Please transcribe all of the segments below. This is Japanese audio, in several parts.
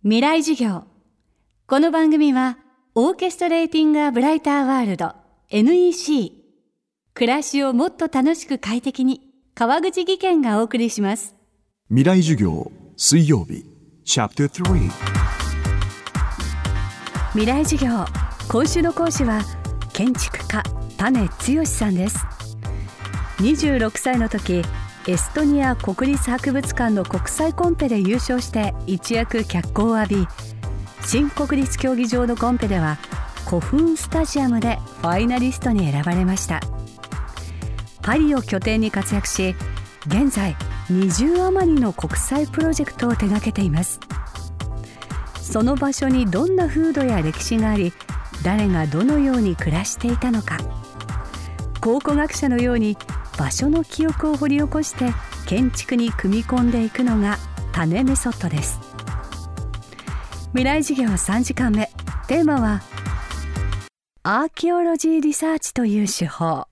未来授業。この番組はオーケストレーティング・ア・ブライター・ワールド NEC 暮らしをもっと楽しく快適に川口義賢がお送りします。 未来授業水曜日チャプター3。 未来授業、今週の講師は建築家種剛さんです。26歳の時、エストニア国立博物館の国際コンペで優勝して一躍脚光を浴び、新国立競技場のコンペでは古墳スタジアムでファイナリストに選ばれました。パリを拠点に活躍し、現在20余りの国際プロジェクトを手掛けています。その場所にどんな風土や歴史があり、誰がどのように暮らしていたのか、考古学者のように場所の記憶を掘り起こして建築に組み込んでいくのが種メソッドです。未来授業3時間目、テーマはアーキオロジーリサーチという手法。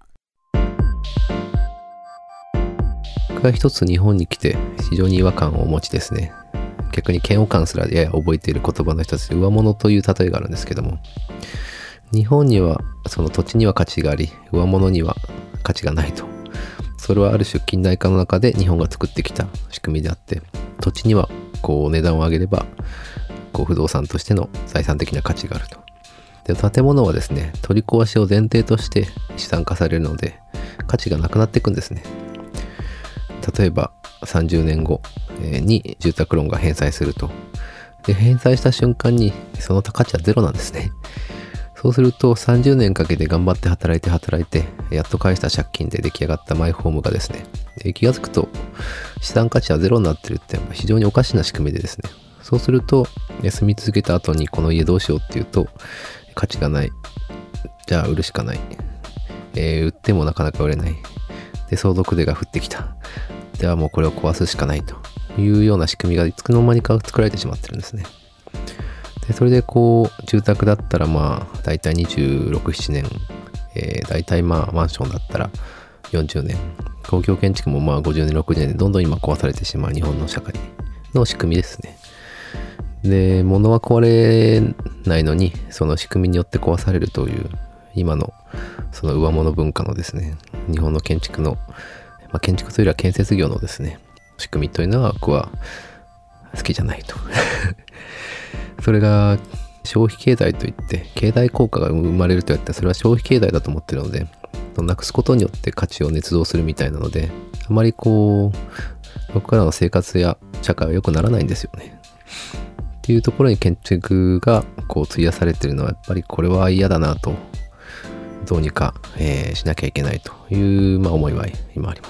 これは一つ日本に来て非常に違和感をお持ちですね。逆に嫌悪感すらやや覚えている言葉の一つで上物という例えがあるんですけども、日本にはその土地には価値があり、上物には価値がないと。それはある種近代化の中で日本が作ってきた仕組みであって、土地にはこう値段を上げればこう不動産としての財産的な価値があると。で、建物はですね、取り壊しを前提として資産化されるので価値がなくなっていくんですね。例えば30年後に住宅ローンが返済すると。で、返済した瞬間にその価値はゼロなんですね。そうすると30年かけて頑張って働いてやっと返した借金で出来上がったマイホームがですね、気がつくと資産価値はゼロになってるって非常におかしな仕組みでですね、そうすると住み続けた後にこの家どうしようっていうと価値がない、じゃあ売るしかない、売ってもなかなか売れない、で相続税が降ってきた、じゃあもうこれを壊すしかないというような仕組みがいつの間にか作られてしまってるんですね。で、それでこう住宅だったらだいたい26、7年、だいたいマンションだったら40年、公共建築も50年、60年でどんどん今壊されてしまう日本の社会の仕組みですね。で、物は壊れないのにその仕組みによって壊されるという今のその上物文化のですね、日本の建築の、建築というよりは建設業のですね仕組みというのは僕は好きじゃないとそれが消費経済といって経済効果が生まれるとやって、それは消費経済だと思っているので、なくすことによって価値を捏造するみたいなので、あまりこう僕らの生活や社会は良くならないんですよねっていうところに建築がこう費やされているのはやっぱりこれは嫌だなと、どうにか、しなきゃいけないという、思いは今あります。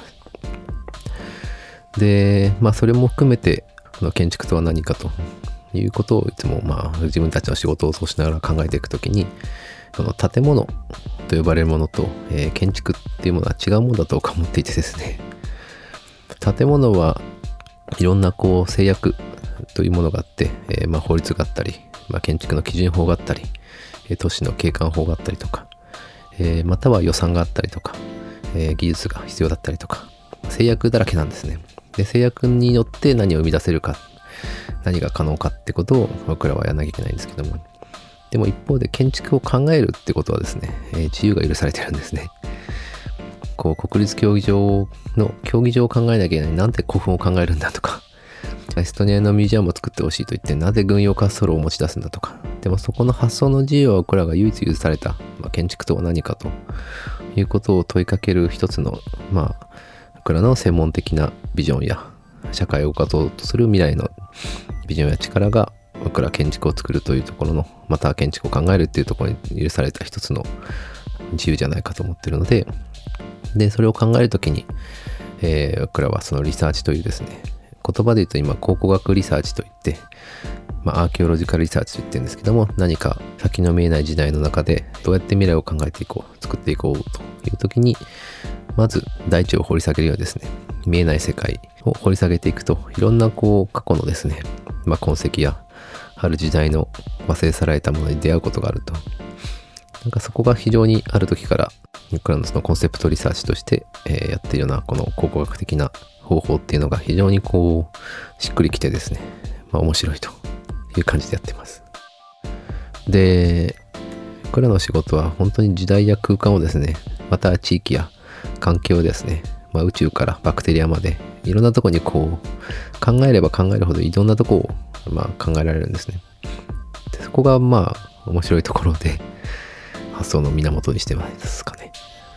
で、それも含めて建築とは何かということをいつも自分たちの仕事をそうしながら考えていくときに、その建物と呼ばれるものと、建築っていうものは違うものだと思っていてですね、建物はいろんなこう制約というものがあって、法律があったり、建築の基準法があったり、都市の景観法があったりとか、または予算があったりとか、技術が必要だったりとか、制約だらけなんですね。で、制約によって何を生み出せるか、何が可能かってことを僕らはやらなきゃいけないんですけども、でも一方で建築を考えるってことはですね、自由が許されてるんですね。こう国立競技場の競技場を考えなきゃいけない、なんで古墳を考えるんだとか、エストニアのミュージアムを作ってほしいと言ってなぜ軍用滑走路を持ち出すんだとか、でもそこの発想の自由は僕らが唯一許された、建築とは何かということを問いかける一つの僕らの専門的なビジョンや社会を動かそうとする未来のビジョンや力が僕ら建築を作るというところの、また建築を考えるっていうところに許された一つの自由じゃないかと思っているので、それを考えるときに、僕らはそのリサーチというですね、言葉で言うと今考古学リサーチといって、アーキオロジカルリサーチと言ってるんですけども、何か先の見えない時代の中でどうやって未来を考えていこう、作っていこうというときに、まず大地を掘り下げるようですね、見えない世界を掘り下げていくと、いろんな過去のですね、痕跡やある時代の忘れ去られたものに出会うことがあると。そこが非常にある時から僕らのそのコンセプトリサーチとして、やっているようなこの考古学的な方法っていうのが非常にしっくりきてですね、面白いという感じでやってます。で、これらの仕事は本当に時代や空間をですね、また地域や環境をですね、宇宙からバクテリアまでいろんなところにこう考えれば考えるほどいろんなとこを考えられるんですね。でそこが面白いところで発想の源にしてますかね。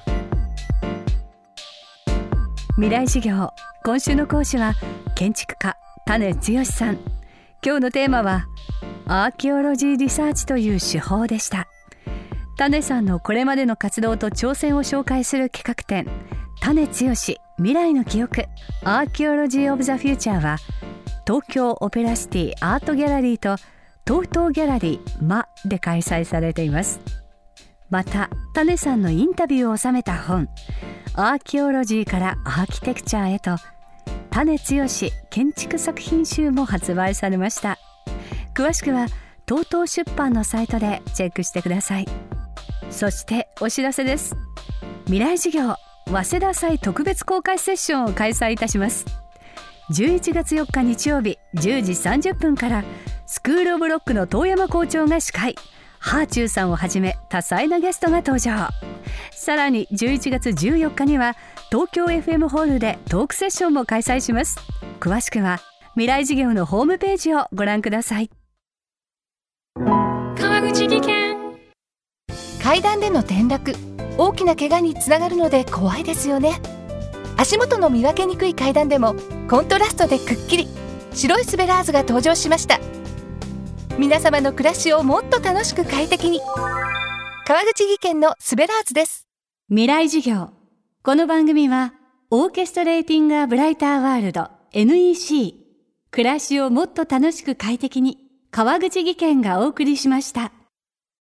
未来事業、今週の講師は建築家種剛さん。今日のテーマはアーキオロジーリサーチという手法でした。種さんのこれまでの活動と挑戦を紹介する企画展、種剛未来の記憶アーキオロジー・オブ・ザ・フューチャーは東京オペラシティアートギャラリーと東東ギャラリーMAで開催されています。また種さんのインタビューを収めた本、アーキオロジーからアーキテクチャーへと種剛建築作品集も発売されました。詳しくは東東出版のサイトでチェックしてください。そしてお知らせです。未来事業早稲田祭特別公開セッションを開催いたします。11月4日日曜日10時30分からスクールオブロックの遠山校長が司会、ハーチューさんをはじめ多彩なゲストが登場。さらに11月14日には東京 FM ホールでトークセッションも開催します。詳しくは未来事業のホームページをご覧ください。 川口技研。階段での転落、大きな怪我につながるので怖いですよね。足元の見分けにくい階段でもコントラストでくっきり白いスベラーズが登場しました。皆様の暮らしをもっと楽しく快適に、川口技研のスベラーズです。 未来事業、この番組はオーケストレーティング・ア・ブライター・ワールド NEC 暮らしをもっと楽しく快適に、川口技研がお送りしました。